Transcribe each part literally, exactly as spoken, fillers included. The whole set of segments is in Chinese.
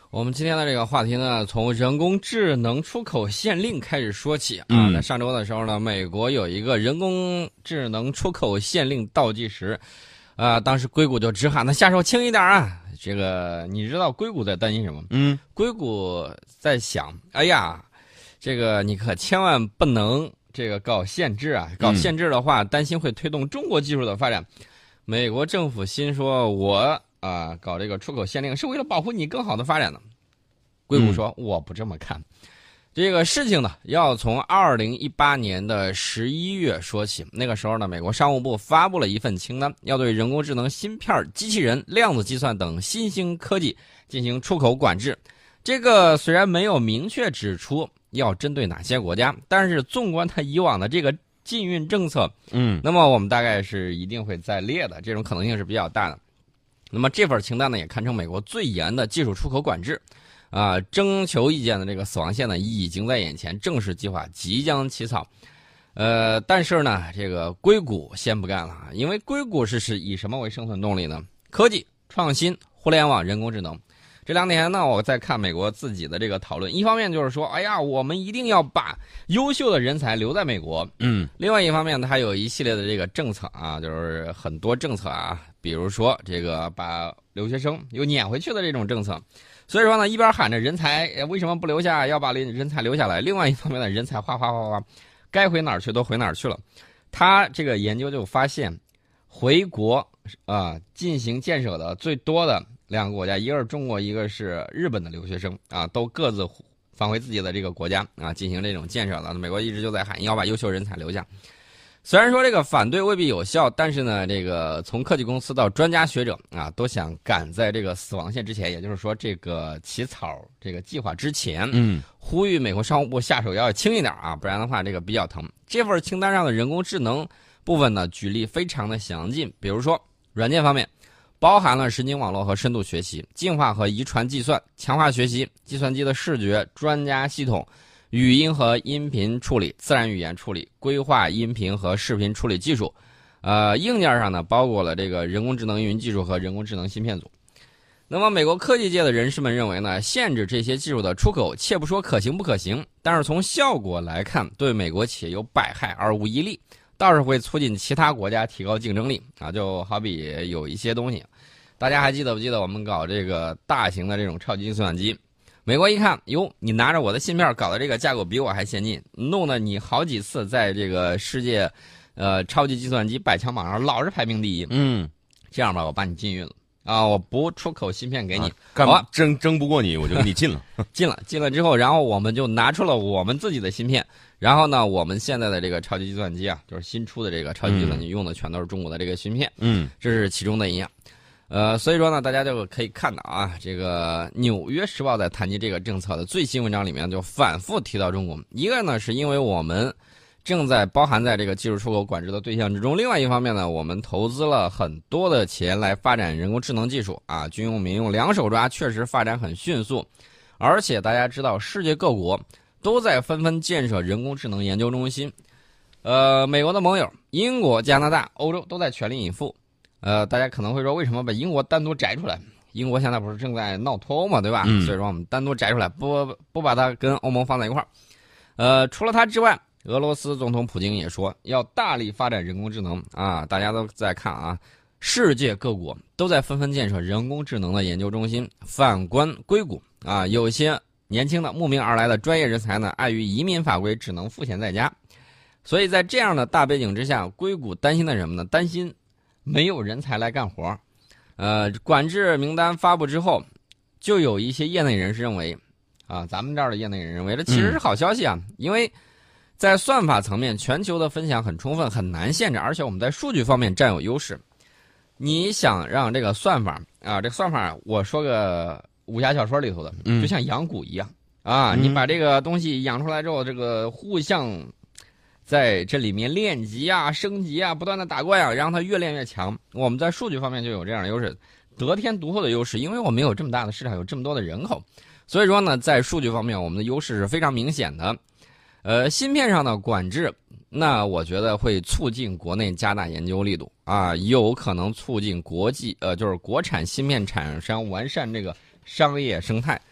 我们今天的这个话题呢，从人工智能出口限令开始说起啊。 嗯、 在上周的时候呢，美国有一个人工智能出口限令倒计时，啊，当时硅谷就直喊：“那下手轻一点啊！”这个你知道硅谷在担心什么？ 嗯， 硅谷在想：哎呀，这个你可千万不能这个搞限制啊！搞限制的话，担心会推动中国技术的发展。美国政府心说：“我。”啊，搞这个出口限令是为了保护你更好的发展呢。硅谷说、嗯、我不这么看，这个事情呢要从二零一八年的十一月说起。那个时候呢，美国商务部发布了一份清单，要对人工智能、芯片、机器人、量子计算等新兴科技进行出口管制。这个虽然没有明确指出要针对哪些国家，但是纵观它以往的这个禁运政策， 嗯， 那么我们大概是一定会再列的，这种可能性是比较大的。那么这份清单呢，也堪称美国最严的技术出口管制，啊，征求意见的这个死亡线呢，已经在眼前，正式计划即将起草。呃，但是呢，这个硅谷先不干了，因为硅谷是是以什么为生存动力呢？科技创新、互联网、人工智能。这两天呢，我在看美国自己的这个讨论，一方面就是说，哎呀，我们一定要把优秀的人才留在美国， 嗯， 另外一方面呢，它有一系列的这个政策啊，就是很多政策啊。比如说这个把留学生又撵回去的这种政策，所以说呢，一边喊着人才为什么不留下，要把人才留下来，另外一方面呢，人才哗哗哗哗，该回哪儿去都回哪儿去了。他这个研究就发现，回国啊、呃、进行建设的最多的两个国家，一个是中国，一个是日本的留学生啊，都各自返回自己的这个国家啊，进行这种建设了。美国一直就在喊要把优秀人才留下。虽然说这个反对未必有效，但是呢，这个从科技公司到专家学者啊，都想赶在这个死亡线之前，也就是说这个起草这个计划之前， 嗯， 呼吁美国商务部下手要轻一点啊，不然的话这个比较疼。这份清单上的人工智能部分呢，举例非常的详尽，比如说软件方面，包含了神经网络和深度学习、进化和遗传计算、强化学习、计算机的视觉、专家系统。语音和音频处理、自然语言处理、规划音频和视频处理技术，呃，硬件上呢包括了这个人工智能云技术和人工智能芯片组。那么，美国科技界的人士们认为呢，限制这些技术的出口，切不说可行不可行，但是从效果来看，对美国企业有百害而无一利，倒是会促进其他国家提高竞争力啊。就好比有一些东西，大家还记得不记得我们搞这个大型的这种超级计算机？美国一看，哟，你拿着我的芯片搞的这个架构比我还先进，弄得你好几次在这个世界，呃，超级计算机百强榜上老是排名第一。 嗯， 这样吧，我把你禁运了啊，我不出口芯片给你， 啊、干嘛争争不过你，我就给你禁了。 禁了，禁了之后，然后我们就拿出了我们自己的芯片，然后呢，我们现在的这个超级计算机啊，就是新出的这个超级计算机，用的全都是中国的这个芯片。 嗯， 这是其中的一样。呃，所以说呢，大家就可以看到啊，这个《纽约时报》在谈及这个政策的最新文章里面就反复提到中国。一个呢，是因为我们正在包含在这个技术出口管制的对象之中；另外一方面呢，我们投资了很多的钱来发展人工智能技术啊，军用、民用两手抓，确实发展很迅速。而且大家知道，世界各国都在纷纷建设人工智能研究中心。呃，美国的盟友英国、加拿大、欧洲都在全力以赴。呃，大家可能会说，为什么把英国单独摘出来？英国现在不是正在闹脱欧嘛，对吧？ 嗯、 所以说我们单独摘出来，不不把它跟欧盟放在一块儿。呃，除了它之外，俄罗斯总统普京也说要大力发展人工智能啊！大家都在看啊，世界各国都在纷纷建设人工智能的研究中心。反观硅谷啊，有些年轻的慕名而来的专业人才呢，碍于移民法规，只能赋闲在家。所以在这样的大背景之下，硅谷担心的什么呢？担心没有人才来干活。呃，管制名单发布之后，就有一些业内人士认为，啊，咱们这儿的业内人认为，这其实是好消息啊，嗯、因为在算法层面，全球的分享很充分，很难限制，而且我们在数据方面占有优势。你想让这个算法啊，这个算法，我说个武侠小说里头的， 嗯、 就像养蛊一样啊， 嗯、 你把这个东西养出来之后，这个互相在这里面练级啊、升级啊、不断的打怪啊，让它越练越强。我们在数据方面就有这样的优势，得天独厚的优势，因为我们有这么大的市场，有这么多的人口，所以说呢，在数据方面我们的优势是非常明显的。呃，芯片上的管制，那我觉得会促进国内加大研究力度啊，有可能促进国际呃，就是国产芯片厂商完善这个商业生态。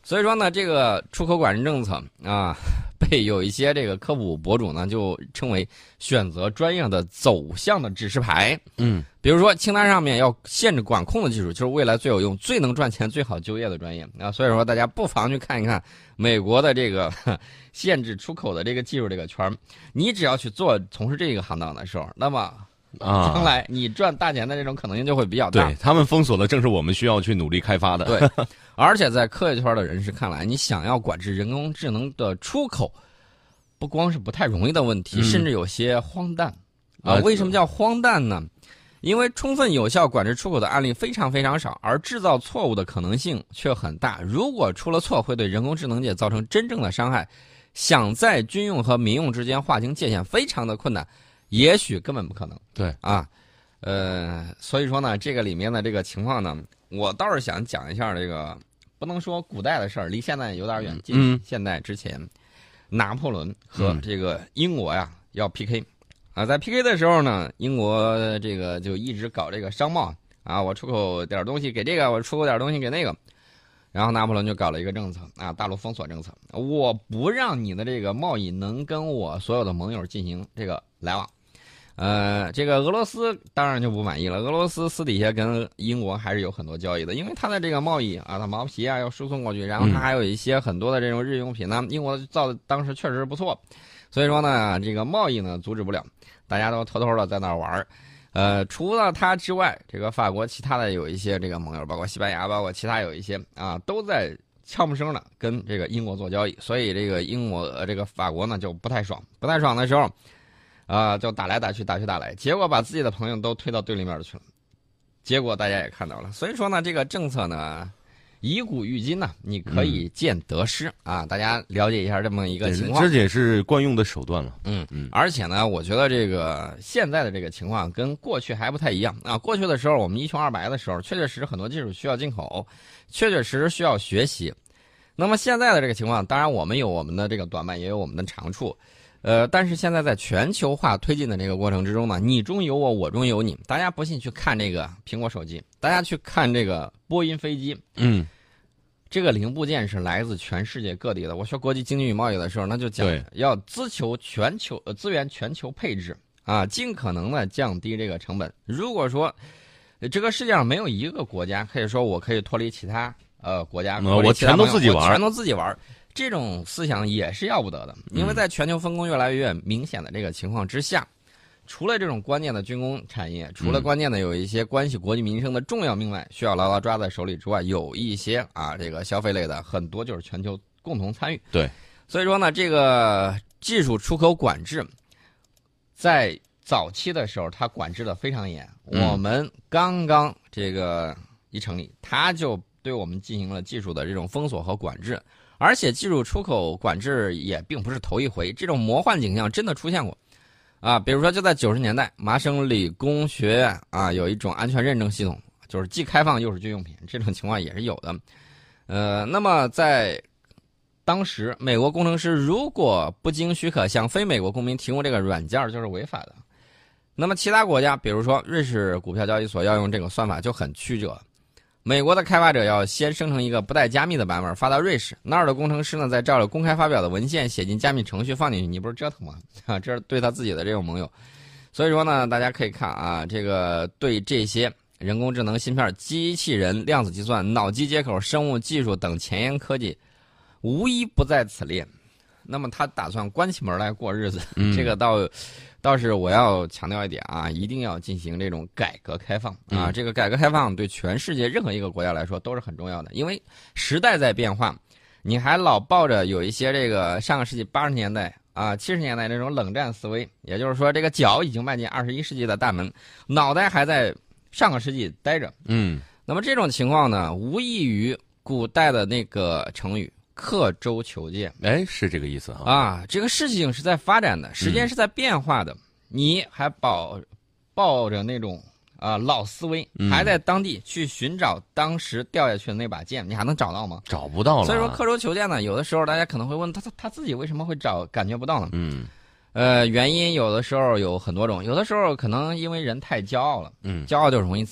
所以说呢，这个出口管制政策啊，被有一些这个科普博主呢就称为选择专业的走向的指示牌。 嗯， 比如说清单上面要限制管控的技术，就是未来最有用、最能赚钱、最好就业的专业啊。所以说大家不妨去看一看美国的这个限制出口的这个技术这个圈，你只要去做从事这个行当的时候，那么啊， 将来你赚大钱的这种可能性就会比较大。 对，他们封锁的正是我们需要去努力开发的。 对，而且在科学圈的人士看来，你想要管制人工智能的出口，不光是不太容易的问题， 嗯、 甚至有些荒诞啊。 啊为什么叫荒诞呢？因为充分有效管制出口的案例非常非常少，而制造错误的可能性却很大。如果出了错，会对人工智能界造成真正的伤害。想在军用和民用之间划清界限，非常的困难。也许根本不可能。 对啊，呃，所以说呢，这个里面的这个情况呢，我倒是想讲一下这个，不能说古代的事儿，离现在有点远。近现代之前，拿破仑和这个英国呀要 P K， 啊，在 P K 的时候呢，英国这个就一直搞这个商贸啊，我出口点东西给这个，我出口点东西给那个。然后拿破仑就搞了一个政策啊，大陆封锁政策，我不让你的这个贸易能跟我所有的盟友进行这个来往。呃，这个俄罗斯当然就不满意了。俄罗斯私底下跟英国还是有很多交易的，因为它的这个贸易啊，它毛皮啊要输送过去，然后它还有一些很多的这种日用品呢，英国造的当时确实不错，所以说呢，这个贸易呢阻止不了，大家都偷偷的在那儿玩。呃，除了它之外，这个法国其他的有一些这个盟友，包括西班牙，包括其他有一些啊，都在悄没声的跟这个英国做交易，所以这个英国呃这个法国呢就不太爽，不太爽的时候。啊、呃，就打来打去，打去打来，结果把自己的朋友都推到对立面去了。结果大家也看到了，所以说呢，这个政策呢，以古喻今呢，你可以见得失、嗯、啊。大家了解一下这么一个情况， 这也是惯用的手段了。 嗯嗯。而且呢，我觉得这个现在的这个情况跟过去还不太一样啊。过去的时候，我们一穷二白的时候，确确实实很多技术需要进口，确确实实需要学习。那么现在的这个情况，当然我们有我们的这个短板，也有我们的长处。呃，但是现在在全球化推进的这个过程之中呢，你中有我，我中有你。大家不信去看这个苹果手机，大家去看这个波音飞机， 嗯， 这个零部件是来自全世界各地的。我说国际经济与贸易的时候，那就讲要资求全球呃资源全球配置啊，尽可能的降低这个成本。如果说这个世界上没有一个国家可以说我可以脱离其他呃国家， 我全都自己玩， 全都自己玩。这种思想也是要不得的，因为在全球分工越来越明显的这个情况之下，除了这种关键的军工产业，除了关键的有一些关系国计民生的重要命脉需要牢牢抓在手里之外，有一些啊这个消费类的很多就是全球共同参与。 对， 所以说呢，这个技术出口管制在早期的时候它管制的非常严， 嗯、 我们刚刚这个一成立，它就对我们进行了技术的这种封锁和管制。而且技术出口管制也并不是头一回，这种魔幻景象真的出现过，啊，比如说就在九十年代，麻省理工学院啊有一种安全认证系统，就是既开放又是军用品，这种情况也是有的。呃，那么在当时，美国工程师如果不经许可向非美国公民提供这个软件，就是违法的。那么其他国家，比如说瑞士股票交易所要用这个算法就很曲折。美国的开发者要先生成一个不带加密的版本发到瑞士，那儿的工程师呢再照着公开发表的文献写进加密程序放进去，你不是折腾吗？啊，这是对他自己的这种盟友。所以说呢，大家可以看啊，这个对这些人工智能芯片、机器人、量子计算、脑机接口、生物技术等前沿科技，无一不在此列。那么他打算关起门来过日子， 嗯、 这个倒。倒是我要强调一点啊，一定要进行这种改革开放啊！ 嗯、 这个改革开放对全世界任何一个国家来说都是很重要的，因为时代在变化，你还老抱着有一些这个上个世纪八十年代啊、七十年代这种冷战思维，也就是说，这个脚已经迈进二十一世纪的大门，脑袋还在上个世纪待着。 嗯， 那么这种情况呢，无异于古代的那个成语。刻舟求剑， 哎，是这个意思啊！ 啊，这个事情是在发展的，时间是在变化的，嗯、你还抱抱着那种啊老思维， 嗯、 还在当地去寻找当时掉下去的那把剑，你还能找到吗？ 找不到了。 所以说刻舟求剑呢，有的时候大家可能会问他他他自己为什么会找感觉不到呢？ 嗯， 呃，原因有的时候有很多种，有的时候可能因为人太骄傲了， 嗯， 骄傲就容易自满。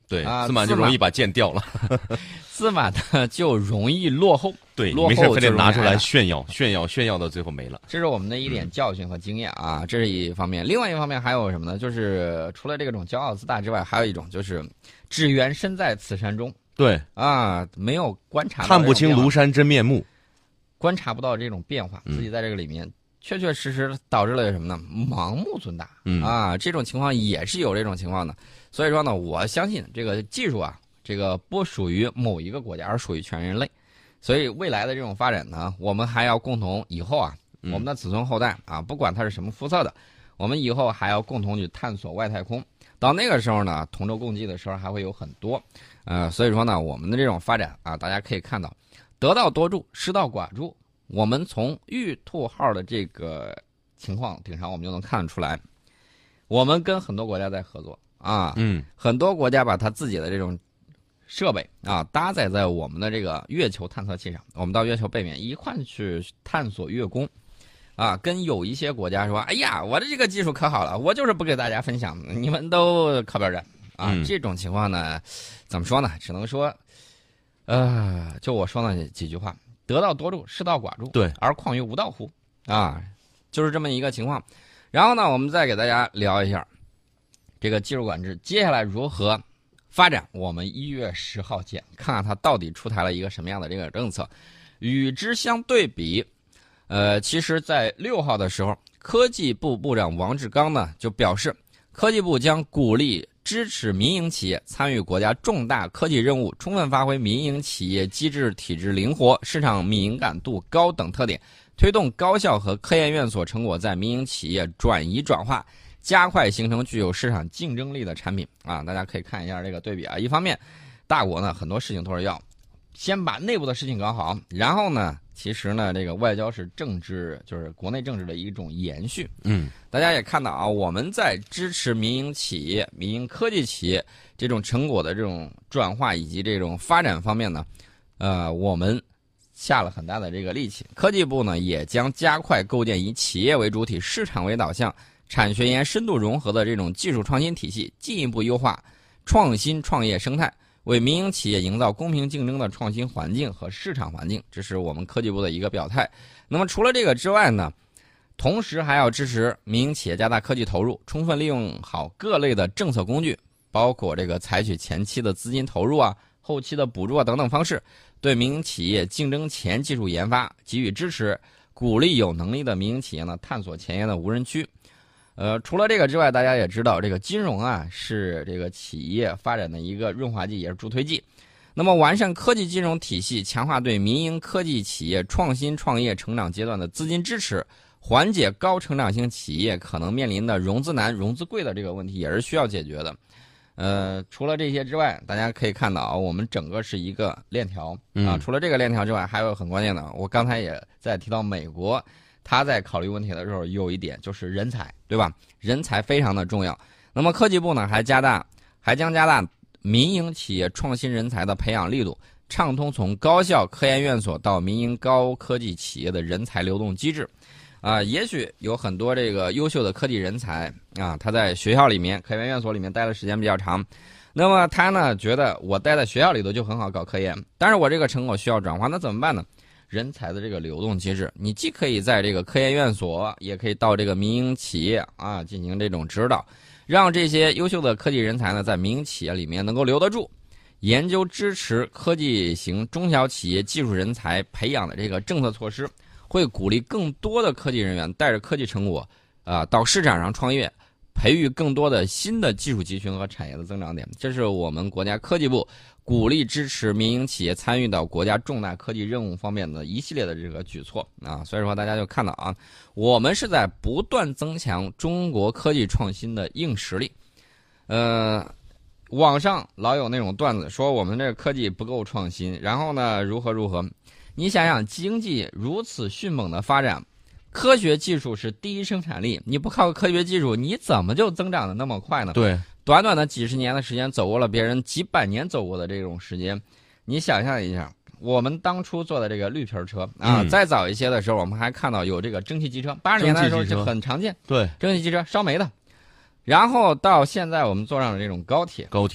对， 啊， 司马就容易把剑掉了， 司马呢就容易落后， 对， 落后没事非得拿出来就炫耀，炫耀，炫耀到最后没了。 这是我们的一点教训和经验啊，这是一方面。另外一方面还有什么呢？就是除了这种骄傲自大之外，还有一种就是只缘身在此山中。 对啊，没有观察到看不清庐山真面目， 观察不到这种变化，自己在这个里面。确确实实导致了什么呢？盲目尊大， 嗯啊，这种情况也是有这种情况的。所以说呢，我相信这个技术啊，这个不属于某一个国家，而属于全人类。所以未来的这种发展呢，我们还要共同以后啊，我们的子孙后代啊，不管他是什么肤色的，我们以后还要共同去探索外太空。到那个时候呢，同舟共济的时候还会有很多，呃，所以说呢，我们的这种发展啊，大家可以看到，得道多助，失道寡助。我们从玉兔号的这个情况顶上，我们就能看得出来，我们跟很多国家在合作啊， 嗯， 很多国家把他自己的这种设备啊搭载在我们的这个月球探测器上，我们到月球背面一块去探索月宫，啊，跟有一些国家说，哎呀，我的这个技术可好了，我就是不给大家分享，你们都靠边站啊， 嗯、 这种情况呢，怎么说呢？只能说，呃，就我说那几句话。得道多助，失道寡助， 对， 而况于无道乎？啊，就是这么一个情况。然后呢，我们再给大家聊一下这个技术管制接下来如何发展。我们一月十号见，看看它到底出台了一个什么样的这个政策。与之相对比，呃，其实在六号的时候，科技部部长王志刚呢就表示，科技部将鼓励支持民营企业参与国家重大科技任务，充分发挥民营企业机制体制灵活、市场敏感度高等特点，推动高校和科研院所成果在民营企业转移转化，加快形成具有市场竞争力的产品啊！大家可以看一下这个对比啊。一方面，大国呢很多事情都是要先把内部的事情搞好，然后呢，其实呢，这个外交是政治，就是国内政治的一种延续。 嗯， 大家也看到啊，我们在支持民营企业、民营科技企业这种成果的这种转化以及这种发展方面呢，呃，我们下了很大的这个力气。科技部呢，也将加快构建以企业为主体、市场为导向、产学研深度融合的这种技术创新体系，进一步优化创新创业生态。为民营企业营造公平竞争的创新环境和市场环境，这是我们科技部的一个表态。那么除了这个之外呢，同时还要支持民营企业加大科技投入，充分利用好各类的政策工具，包括这个采取前期的资金投入啊、后期的补助啊等等方式，对民营企业竞争前技术研发给予支持，鼓励有能力的民营企业呢探索前沿的无人区。呃，除了这个之外，大家也知道，这个金融啊是这个企业发展的一个润滑剂，也是助推剂。那么，完善科技金融体系，强化对民营科技企业创新创业成长阶段的资金支持，缓解高成长型企业可能面临的融资难、融资贵的这个问题，也是需要解决的。呃，除了这些之外，大家可以看到啊，我们整个是一个链条啊。 嗯、 除了这个链条之外，还有很关键的，我刚才也在提到美国。他在考虑问题的时候，有一点就是人才，对吧？人才非常的重要。那么科技部呢，还加大，还将加大民营企业创新人才的培养力度，畅通从高校、科研院所到民营高科技企业的人才流动机制。啊、呃，也许有很多这个优秀的科技人才啊，他在学校里面、科研院所里面待的时间比较长，那么他呢觉得我待在学校里头就很好搞科研，但是我这个成果需要转化，那怎么办呢？人才的这个流动机制，你既可以在这个科研院所，也可以到这个民营企业啊进行这种指导，让这些优秀的科技人才呢在民营企业里面能够留得住。研究支持科技型中小企业技术人才培养的这个政策措施，会鼓励更多的科技人员带着科技成果啊到市场上创业，培育更多的新的技术集群和产业的增长点。这是我们国家科技部鼓励支持民营企业参与到国家重大科技任务方面的一系列的这个举措啊，所以说大家就看到啊，我们是在不断增强中国科技创新的硬实力。呃，网上老有那种段子说我们这个科技不够创新，然后呢如何如何。你想想，经济如此迅猛的发展，科学技术是第一生产力，你不靠科学技术，你怎么就增长的那么快呢？ 对。 短短的几十年的时间，走过了别人几百年走过的这种时间，你想象一下，我们当初坐的这个绿皮车啊， 嗯、 再早一些的时候，我们还看到有这个蒸汽机车，八十年代的时候就很常见， 对， 蒸汽机车烧煤的。然后到现在，我们坐上了这种高铁， 高铁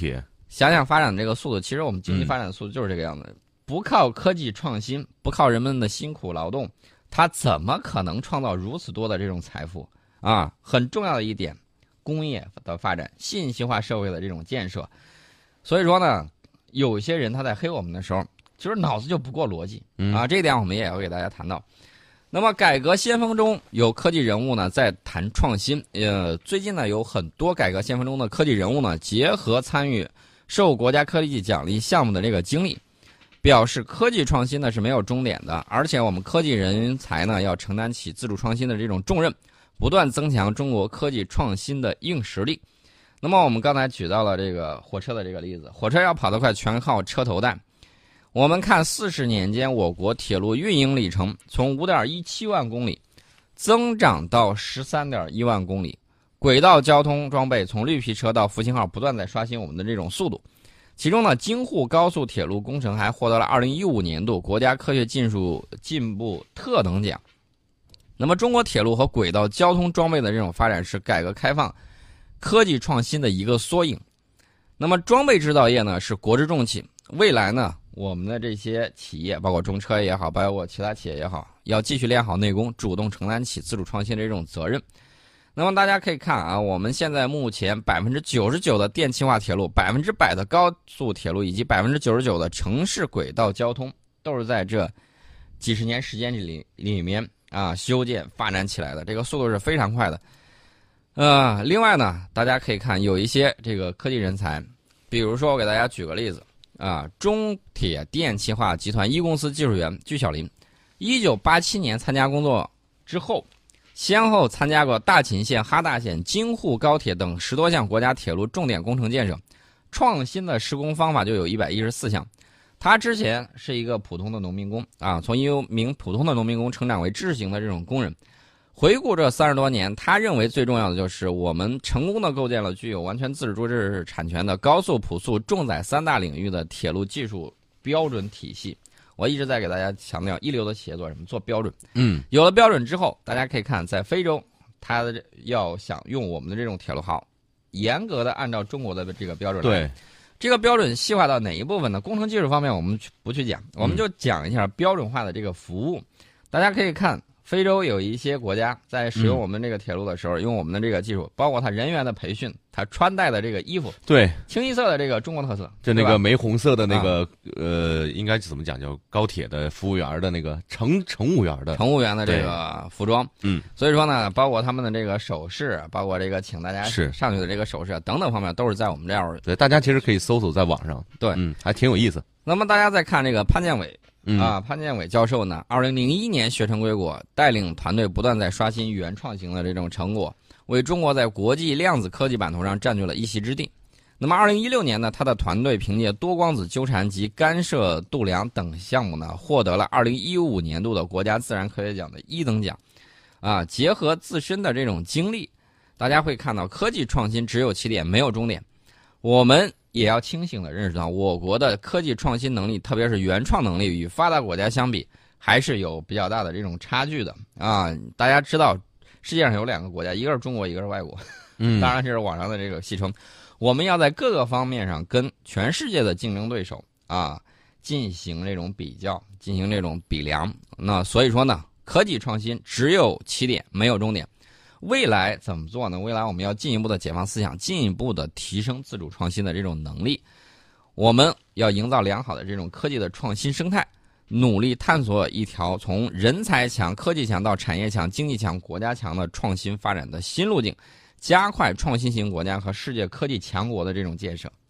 想想发展的这个速度，其实我们经济发展的速度就是这个样子。嗯、不靠科技创新，不靠人们的辛苦劳动，它怎么可能创造如此多的这种财富啊？很重要的一点，工业的发展、信息化社会的这种建设。所以说呢，有些人他在黑我们的时候，就是脑子就不过逻辑、嗯、啊。这一点我们也要给大家谈到。那么改革先锋中有科技人物呢在谈创新，呃，最近呢有很多改革先锋中的科技人物呢结合参与受国家科技奖励项目的这个经历，表示科技创新呢是没有终点的，而且我们科技人才呢要承担起自主创新的这种重任，不断增强中国科技创新的硬实力。那么我们刚才举到了这个火车的这个例子，火车要跑得快全靠车头带。我们看四十年间我国铁路运营里程从 五点一七万公里增长到 十三点一万公里，轨道交通装备从绿皮车到复兴号不断在刷新我们的这种速度。其中呢，京沪高速铁路工程还获得了二零一五年度国家科学技术进步特等奖。那么中国铁路和轨道交通装备的这种发展是改革开放科技创新的一个缩影。那么装备制造业呢是国之重器，未来呢我们的这些企业，包括中车也好，包括其他企业也好，要继续练好内功，主动承担起自主创新的这种责任。那么大家可以看啊，我们现在目前 百分之九十九 的电气化铁路、百分之百 的高速铁路以及 百分之九十九 的城市轨道交通，都是在这几十年时间里里面啊修建发展起来的，这个速度是非常快的。呃，另外呢，大家可以看有一些这个科技人才，比如说我给大家举个例子啊，中铁电气化集团一公司技术员居小林，一九八七年参加工作之后，先后参加过大秦线、哈大线、京沪高铁等十多项国家铁路重点工程建设，创新的施工方法就有一百一十四项。他之前是一个普通的农民工啊，从一名普通的农民工成长为知识型的这种工人。回顾这三十多年，他认为最重要的就是我们成功的构建了具有完全自主知识产权的高速、普速、重载三大领域的铁路技术标准体系。我一直在给大家强调，一流的企业做什么？做标准。 嗯， 有了标准之后，大家可以看，在非洲，他要想用我们的这种铁路号，严格的按照中国的这个标准来。 对， 这个标准细化到哪一部分呢？工程技术方面我们不去讲，我们就讲一下标准化的这个服务。嗯、大家可以看。非洲有一些国家在使用我们这个铁路的时候，嗯、用我们的这个技术，包括他人员的培训，他穿戴的这个衣服， 对， 清一色的这个中国特色， 就那个玫红色的那个、啊、呃，应该怎么讲，叫高铁的服务员的那个乘乘务员的乘务员的这个服装， 嗯， 所以说呢，包括他们的这个手势，包括这个请大家上去的这个手势等等方面，都是在我们这儿。 对，大家其实可以搜索在网上， 对， 嗯，还挺有意思。 那么大家再看这个潘建伟。啊，潘建伟教授呢，二零零一年学成归国，带领团队不断在刷新原创型的这种成果，为中国在国际量子科技版图上占据了一席之地。那么二零一六年呢，他的团队凭借多光子纠缠及干涉度量等项目呢，获得了二零一五年度的国家自然科学奖的一等奖。啊，结合自身的这种经历，大家会看到科技创新只有起点没有终点。我们也要清醒地认识到，我国的科技创新能力，特别是原创能力，与发达国家相比，还是有比较大的这种差距的啊！大家知道，世界上有两个国家，一个是中国，一个是外国。 嗯， 当然这是网上的这个戏称。我们要在各个方面上跟全世界的竞争对手啊进行这种比较，进行这种比量。那所以说呢，科技创新只有起点，没有终点。未来怎么做呢？未来我们要进一步的解放思想，进一步的提升自主创新的这种能力。我们要营造良好的这种科技的创新生态，努力探索一条从人才强、科技强到产业强、经济强、国家强的创新发展的新路径，加快创新型国家和世界科技强国的这种建设。